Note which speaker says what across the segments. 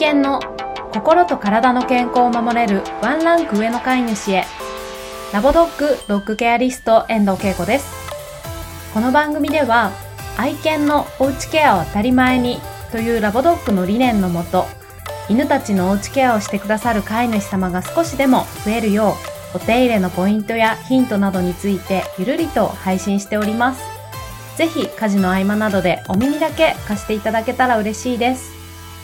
Speaker 1: 犬の心と体の健康を守れるワンランク上の飼い主へ。ラボドッグドッグケアリスト遠藤恵子です。この番組では愛犬のおうちケアを当たり前にというラボドッグの理念のもと、犬たちのおうちケアをしてくださる飼い主様が少しでも増えるよう、お手入れのポイントやヒントなどについてゆるりと配信しております。ぜひ家事の合間などでお耳だけ貸していただけたら嬉しいです。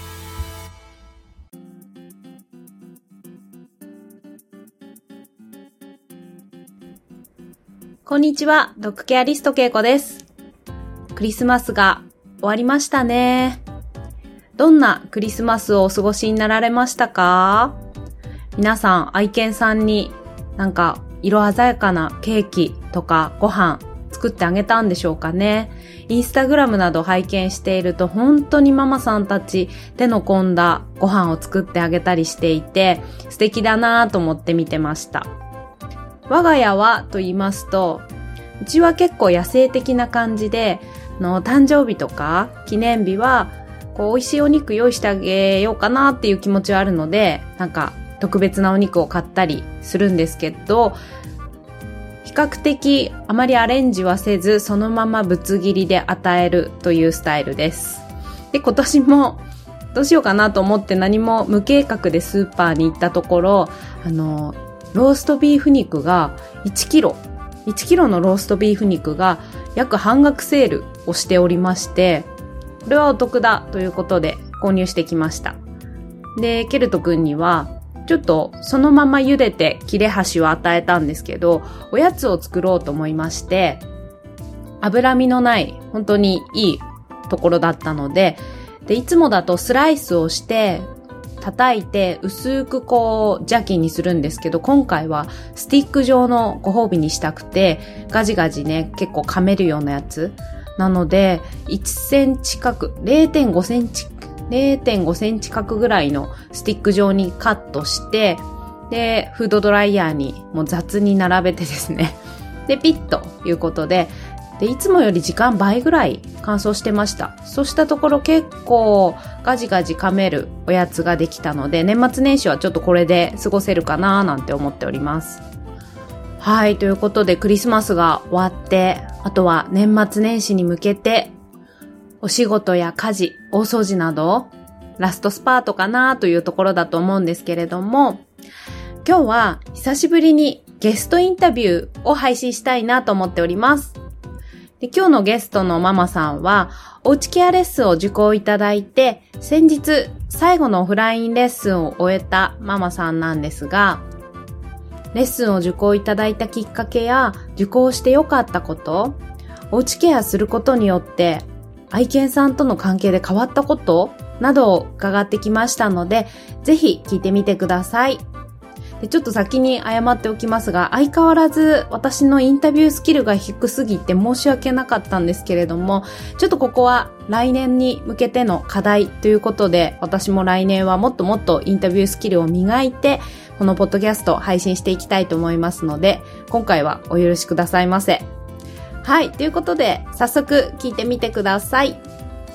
Speaker 1: こんにちは、ドッグケアリスト恵子です。クリスマスが終わりましたね。どんなクリスマスをお過ごしになられましたか？皆さん、愛犬さんになんか色鮮やかなケーキとかご飯作ってあげたんでしょうかね。インスタグラムなど拝見していると本当にママさんたち手の込んだご飯を作ってあげたりしていて素敵だなぁと思って見てました。我が家はと言いますと、うちは結構野生的な感じで、誕生日とか記念日はこう美味しいお肉用意してあげようかなっていう気持ちはあるので、なんか特別なお肉を買ったりするんですけど、比較的あまりアレンジはせずそのままぶつ切りで与えるというスタイルです。で、今年もどうしようかなと思って何も無計画でスーパーに行ったところ、ローストビーフ肉が1キロのローストビーフ肉が約半額セールをしておりまして、これはお得だということで購入してきました。で、ケルト君にはちょっとそのまま茹でて切れ端を与えたんですけど、おやつを作ろうと思いまして、脂身のない本当にいいところだったので、いつもだとスライスをして叩いて薄くこう邪気にするんですけど、今回はスティック状のご褒美にしたくて、ガジガジね結構噛めるようなやつなので、1センチ角 0.5 センチ角ぐらいのスティック状にカットして、でフードドライヤーにもう雑に並べてですね、でピッということで、いつもより時間倍ぐらい乾燥してました。そうしたところ結構ガジガジ噛めるおやつができたので、年末年始はちょっとこれで過ごせるかななんて思っております。はい、ということでクリスマスが終わって、あとは年末年始に向けてお仕事や家事、大掃除などラストスパートかなというところだと思うんですけれども、今日は久しぶりにゲストインタビューを配信したいなと思っております。で、今日のゲストのママさんはおうちケアレッスンを受講いただいて、先日最後のオフラインレッスンを終えたママさんなんですが、レッスンを受講いただいたきっかけや受講して良かったこと、おうちケアすることによって愛犬さんとの関係で変わったことなどを伺ってきましたので、ぜひ聞いてみてください。で、ちょっと先に謝っておきますが、相変わらず私のインタビュースキルが低すぎて申し訳なかったんですけれども、ちょっとここは来年に向けての課題ということで、私も来年はもっともっとインタビュースキルを磨いて、このポッドキャストを配信していきたいと思いますので、今回はお許しくださいませ。はい、ということで早速聞いてみてください。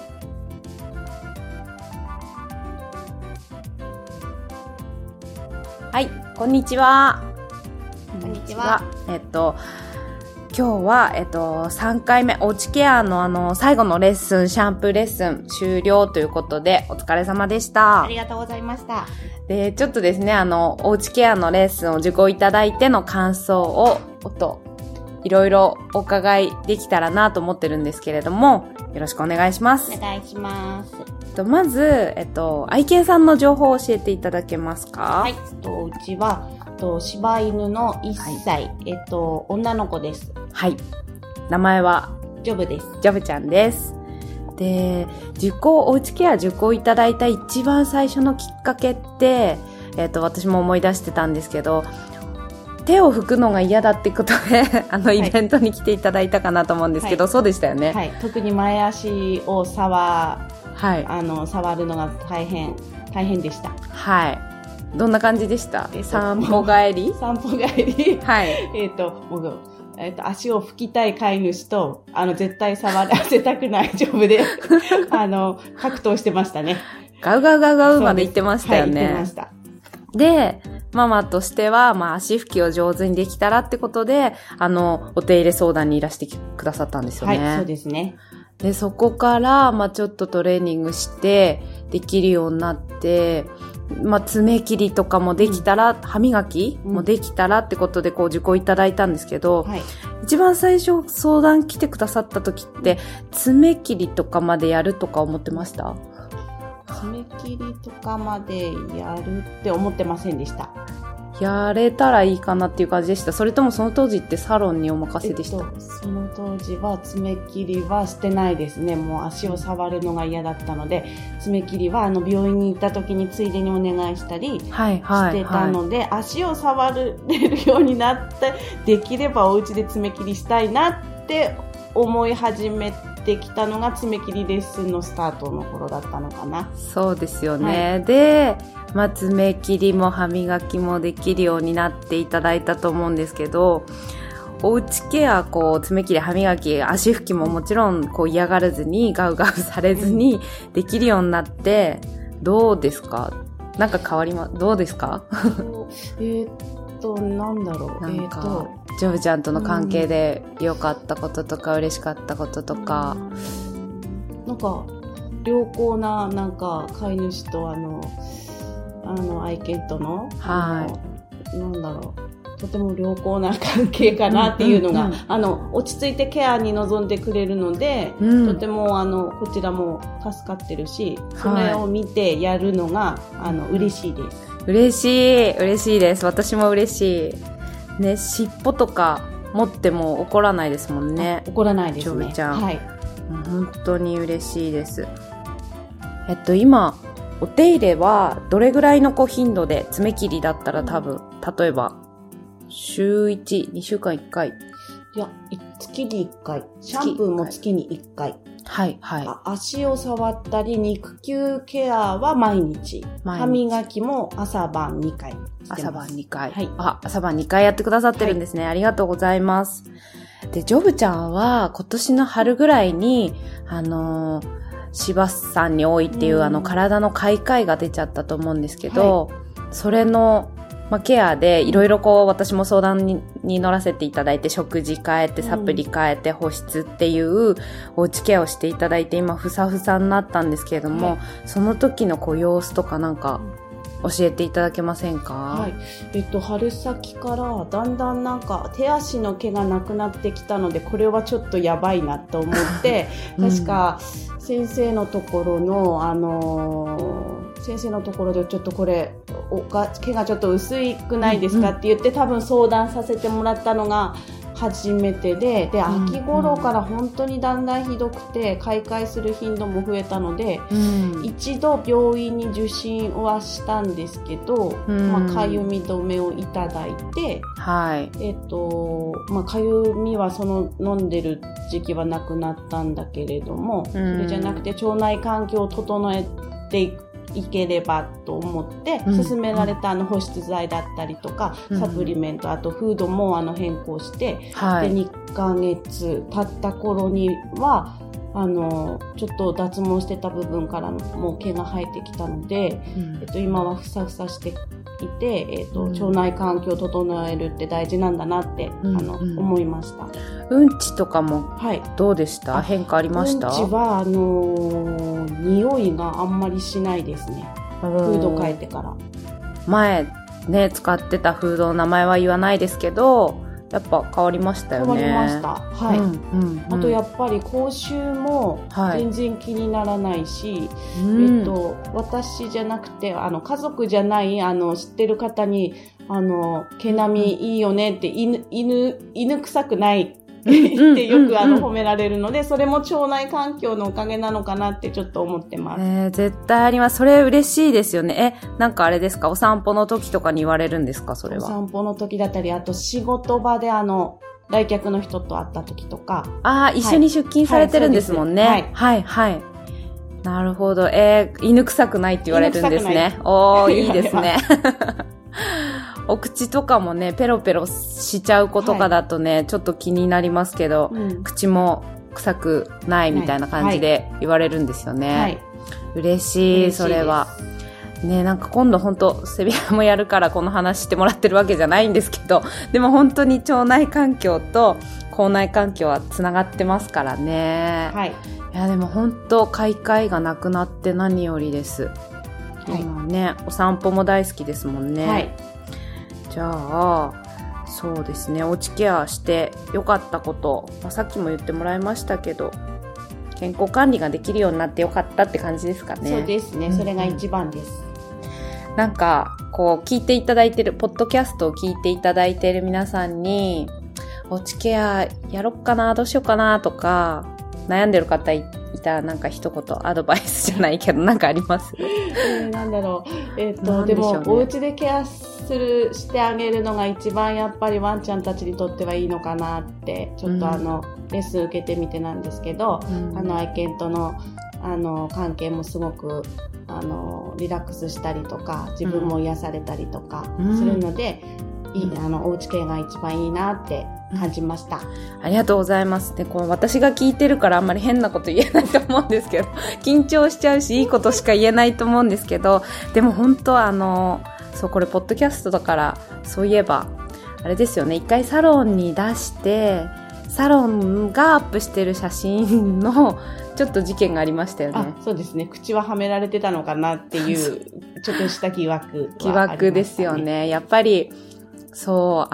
Speaker 1: はい、こんにちは。
Speaker 2: こんにちは。
Speaker 1: 今日は3回目おうちケアの最後のレッスン、シャンプーレッスン終了ということでお疲れ様でした。
Speaker 2: ありがとうございました。
Speaker 1: で、ちょっとですね、おうちケアのレッスンを受講いただいての感想をいろいろお伺いできたらなと思ってるんですけれども、よろしくお願いします。
Speaker 2: お願いします。
Speaker 1: まず、愛犬さんの情報を教えていただけますか？
Speaker 2: はい、うちは柴犬の1歳、はい、女の子です。
Speaker 1: はい。名前は
Speaker 2: ジョブです。
Speaker 1: ジョブちゃんです。で、おうちケア受講いただいた一番最初のきっかけって、私も思い出してたんですけど、手を拭くのが嫌だってことでイベントに来ていただいたかなと思うんですけど、はい、そうでしたよね。
Speaker 2: はい。特に前足を触るのが大変でした。
Speaker 1: はい。どんな感じでした？散歩帰り？
Speaker 2: 散歩帰り。
Speaker 1: はい。
Speaker 2: 足を拭きたい飼い主と、絶対触らせたくない丈夫で、格闘してましたね。
Speaker 1: ガウガウガウガウまで言ってましたよね。
Speaker 2: 言ってました。
Speaker 1: で、ママとしては、足拭きを上手にできたらってことで、お手入れ相談にいらしてくださったんですよね。
Speaker 2: はい、そうですね。
Speaker 1: で、そこから、ちょっとトレーニングして、できるようになって、爪切りとかもできたら、歯磨きもできたらってことで、受講いただいたんですけど、はい、一番最初相談来てくださった時って、爪切りとかまでやるとか思ってました？
Speaker 2: 爪切りとかまでやるって思ってませんでした。
Speaker 1: やれたらいいかなっていう感じでした。それともその当時ってサロンにお任せでした？
Speaker 2: その当時は爪切りはしてないですね。もう足を触るのが嫌だったので、爪切りは病院に行った時についでにお願いしたりしてたので、足を触れるようになって、できればお家で爪切りしたいなって思い始めてきたのが爪切りレッスンのスタートの頃だったのかな。
Speaker 1: そうですよね。はい、で、爪切りも歯磨きもできるようになっていただいたと思うんですけど、おうちケア、爪切り、歯磨き、足拭きももちろん嫌がらずに、ガウガウされずにできるようになって、どうですか？なんか変わりどうですか？
Speaker 2: なんだろう。
Speaker 1: ジョブちゃんとの関係で良かったこととか、嬉しかったこととか。
Speaker 2: なんか、良好な、飼い主と愛犬との、なんだろう。とても良好な関係かなっていうのが、落ち着いてケアに臨んでくれるので、とてもこちらも助かってるし、それを見てやるのが嬉しいです。
Speaker 1: 嬉しいです。私も嬉しい。ね、尻尾とか持っても怒らないですもんね。
Speaker 2: 怒らないですね。
Speaker 1: ジョブちゃん。
Speaker 2: はい。
Speaker 1: 本当に嬉しいです。今、お手入れはどれぐらいの頻度で、爪切りだったら多分、例えば、週1、2週間1回。
Speaker 2: いや、月に1回。シャンプーも月に1回。
Speaker 1: はい、はい。
Speaker 2: 足を触ったり、肉球ケアは毎日。歯磨きも朝晩2回。
Speaker 1: 朝晩2回。
Speaker 2: はい。
Speaker 1: 朝晩2回やってくださってるんですね。はい、ありがとうございます。で、ジョブちゃんは今年の春ぐらいに、柴さんに多いっていう体の買い替えが出ちゃったと思うんですけど、はい、それの、ケアでいろいろ私も相談に乗らせていただいて、食事変えて、サプリ変えて、保湿っていうおうちケアをしていただいて、今ふさふさになったんですけれども、はい、その時の様子とか教えていただけませんか？
Speaker 2: はい。春先からだんだん手足の毛がなくなってきたので、これはちょっとやばいなと思って、確か先生のところの、先生のところでちょっとこれ、毛がちょっと薄くないですかって言って、多分相談させてもらったのが初めてで、秋頃から本当にだんだんひどくて、買い替えする頻度も増えたので、一度病院に受診はしたんですけど、かゆみ止めをいただいて、
Speaker 1: はい。
Speaker 2: かゆみは飲んでる時期はなくなったんだけれども、それじゃなくて腸内環境を整えていければと思って勧められた保湿剤だったりとか、サプリメント、あとフードも変更して、で2ヶ月経った頃にはちょっと脱毛してた部分からもう毛が生えてきたので、今はふさふさしていて、腸内環境を整えるって大事なんだなって、思いました。
Speaker 1: うんちとかもどうでした？変化ありました？
Speaker 2: うんちは匂いがあんまりしないですね。フード変えてから。前
Speaker 1: ね、使ってたフードの名前は言わないですけど、やっぱ変わりましたよね。
Speaker 2: 変わりました。はい。あとやっぱり口臭も全然気にならないし、私じゃなくて、家族じゃない、知ってる方に、毛並みいいよねって、犬臭くないってよく褒められるので、それも腸内環境のおかげなのかなってちょっと思ってます。
Speaker 1: 絶対あります。それ嬉しいですよね。なんかあれですか？お散歩の時とかに言われるんですか？それは。
Speaker 2: お散歩の時だったり、あと仕事場で来客の人と会った時とか。
Speaker 1: 一緒に出勤されてるんですもんね。はい。なるほど。犬臭くないって言われるんですね。いいですね。お口とかもね、ペロペロしちゃう子とかだとね、ちょっと気になりますけど、口も臭くないみたいな感じで言われるんですよね。
Speaker 2: はい。
Speaker 1: 嬉しい、それは。ね、なんか今度本当セミナーもやるからこの話してもらってるわけじゃないんですけど、でも本当に腸内環境と口内環境はつながってますからね。
Speaker 2: はい。
Speaker 1: いやでも本当買い替えがなくなって何よりです。
Speaker 2: はい。
Speaker 1: 今ね、お散歩も大好きですもんね。
Speaker 2: はい。
Speaker 1: じゃあ、そうですね、おうちケアして良かったこと、さっきも言ってもらいましたけど、健康管理ができるようになって良かったって感じですかね。
Speaker 2: そうですね、それが一番です。
Speaker 1: なんか、こう、聞いていただいてる、ポッドキャストを聞いていただいている皆さんに、おうちケアやろっかな、どうしようかなとか、悩んでる方いたらなんか一言アドバイスじゃないけど、なんかあります？
Speaker 2: なんだろう。でも、お家でケアしてあげるのが一番やっぱりワンちゃんたちにとってはいいのかなって、ちょっとレッスン受けてみてなんですけど、愛犬との、関係もすごく、リラックスしたりとか、自分も癒されたりとかするので、おうちケアが一番いいなって感じました。
Speaker 1: ありがとうございます。で、こう私が聞いてるからあんまり変なこと言えないと思うんですけど、緊張しちゃうし、いいことしか言えないと思うんですけど、でも本当そう、これポッドキャストだから、そういえば、あれですよね、一回サロンに出して、サロンがアップしてる写真のちょっと事件がありましたよね。
Speaker 2: そうですね。口ははめられてたのかなっていう、ちょっとした疑惑はありましたね。
Speaker 1: 疑惑ですよね。やっぱり、そう、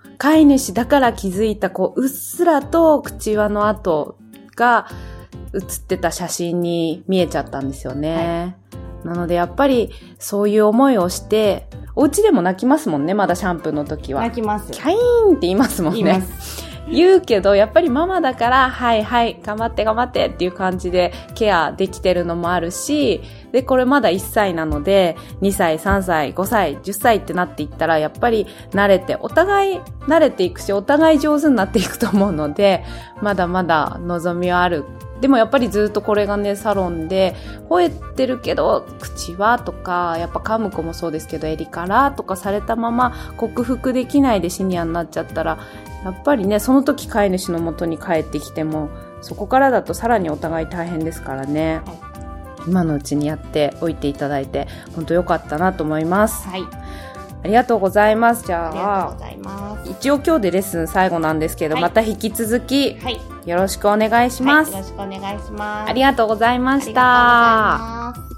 Speaker 1: 飼い主だから気づいた、こう、うっすらと口輪の跡が写ってた写真に見えちゃったんですよね。はい、なので、やっぱり、そういう思いをして、お家でも泣きますもんね、まだシャンプーの時は。
Speaker 2: 泣きます。
Speaker 1: キャイーンって言いますもんね。言います。言うけど、やっぱりママだから、はいはい、頑張って頑張ってっていう感じでケアできてるのもあるし、で、これまだ1歳なので、2歳、3歳、5歳、10歳ってなっていったら、やっぱり慣れて、お互い慣れていくし、お互い上手になっていくと思うので、まだまだ望みはある。でもやっぱりずっとこれがね、サロンで、吠えてるけど、口はとか、やっぱ噛む子もそうですけど、襟からとかされたまま、克服できないでシニアになっちゃったら、やっぱりね、その時飼い主の元に帰ってきても、そこからだとさらにお互い大変ですからね。はい、今のうちにやっておいていただいて、本当良かったなと思います。
Speaker 2: はい。
Speaker 1: ありがとうございます。じゃあ、
Speaker 2: ありがとうございます。
Speaker 1: 一応今日でレッスン最後なんですけど、はい、また引き続き、
Speaker 2: はい、
Speaker 1: よろしくお願いします。
Speaker 2: はい、よろしくお願いします。
Speaker 1: ありがとうございました。
Speaker 2: ありがとうございます。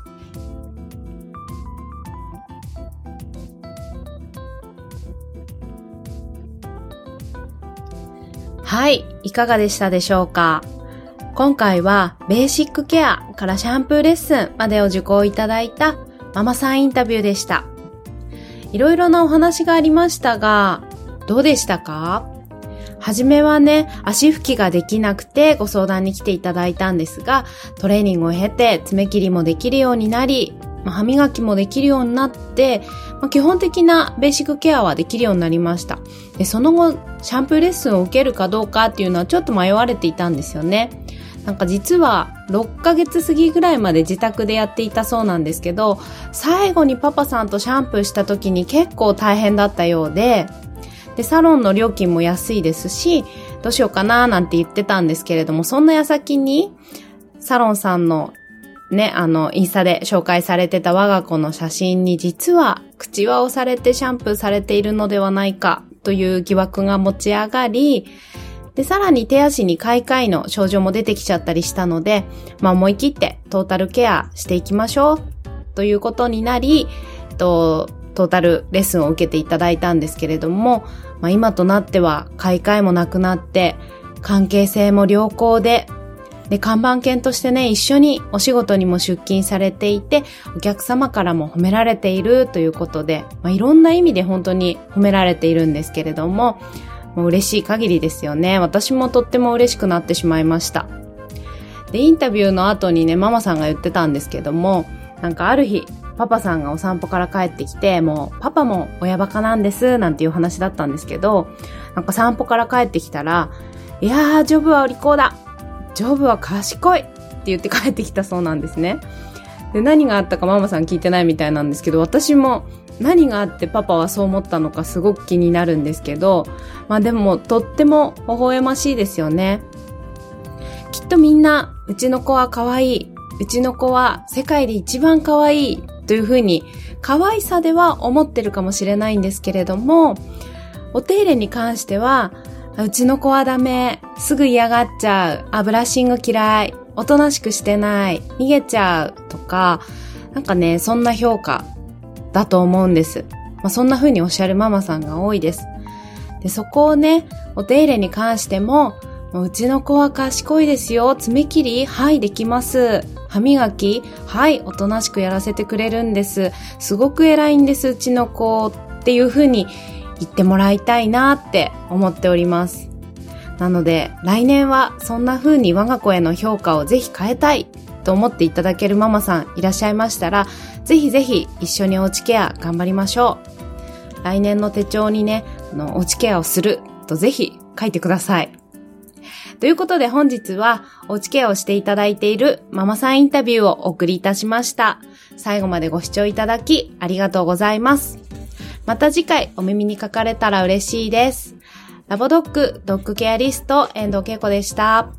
Speaker 1: はい、いかがでしたでしょうか？今回はベーシックケアからシャンプーレッスンまでを受講いただいたママさんインタビューでした。いろいろなお話がありましたが、どうでしたか？はじめはね、足拭きができなくてご相談に来ていただいたんですが、トレーニングを経て爪切りもできるようになり、歯磨きもできるようになって、基本的なベーシックケアはできるようになりました。で、その後、シャンプーレッスンを受けるかどうかっていうのはちょっと迷われていたんですよね。なんか実は6ヶ月過ぎぐらいまで自宅でやっていたそうなんですけど、最後にパパさんとシャンプーした時に結構大変だったようで、サロンの料金も安いですし、どうしようかななんて言ってたんですけれども、そんな矢先にサロンさんのね、インスタで紹介されてた我が子の写真に実は口輪をされてシャンプーされているのではないかという疑惑が持ち上がり、で、さらに手足に開会の症状も出てきちゃったりしたので、思い切ってトータルケアしていきましょうということになり、トータルレッスンを受けていただいたんですけれども、今となっては開会もなくなって、関係性も良好で、看板犬としてね、一緒にお仕事にも出勤されていて、お客様からも褒められているということで、いろんな意味で本当に褒められているんですけれども、もう嬉しい限りですよね。私もとっても嬉しくなってしまいました。で、インタビューの後にね、ママさんが言ってたんですけども、なんかある日、パパさんがお散歩から帰ってきて、もうパパも親バカなんです、なんていう話だったんですけど、なんか散歩から帰ってきたら、いやー、ジョブはお利口だ。ジョブは賢いって言って帰ってきたそうなんですね。で、何があったかママさん聞いてないみたいなんですけど、私も何があってパパはそう思ったのかすごく気になるんですけど、でもとっても微笑ましいですよね。 とみんな、うちの子は可愛い、うちの子は世界で一番可愛いというふうに、可愛さでは思ってるかもしれないんですけれども、お手入れに関しては、うちの子はダメ、すぐ嫌がっちゃう、ブラッシング嫌い、おとなしくしてない、逃げちゃうとか、なんかね、そんな評価だと思うんです。そんな風におっしゃるママさんが多いです。で、そこをね、お手入れに関しても、うちの子は賢いですよ。爪切り？はい、できます。歯磨き？はい、おとなしくやらせてくれるんです。すごく偉いんです、うちの子っていう風に言ってもらいたいなって思っております。なので、来年はそんな風に我が子への評価をぜひ変えたいと思っていただけるママさんいらっしゃいましたら、ぜひぜひ一緒におうちケア頑張りましょう。来年の手帳にね、おうちケアをするとぜひ書いてください。ということで本日はおうちケアをしていただいているママさんインタビューをお送りいたしました。最後までご視聴いただきありがとうございます。また次回お耳にかかれたら嬉しいです。ラボドッグドッグケアリスト遠藤恵子でした。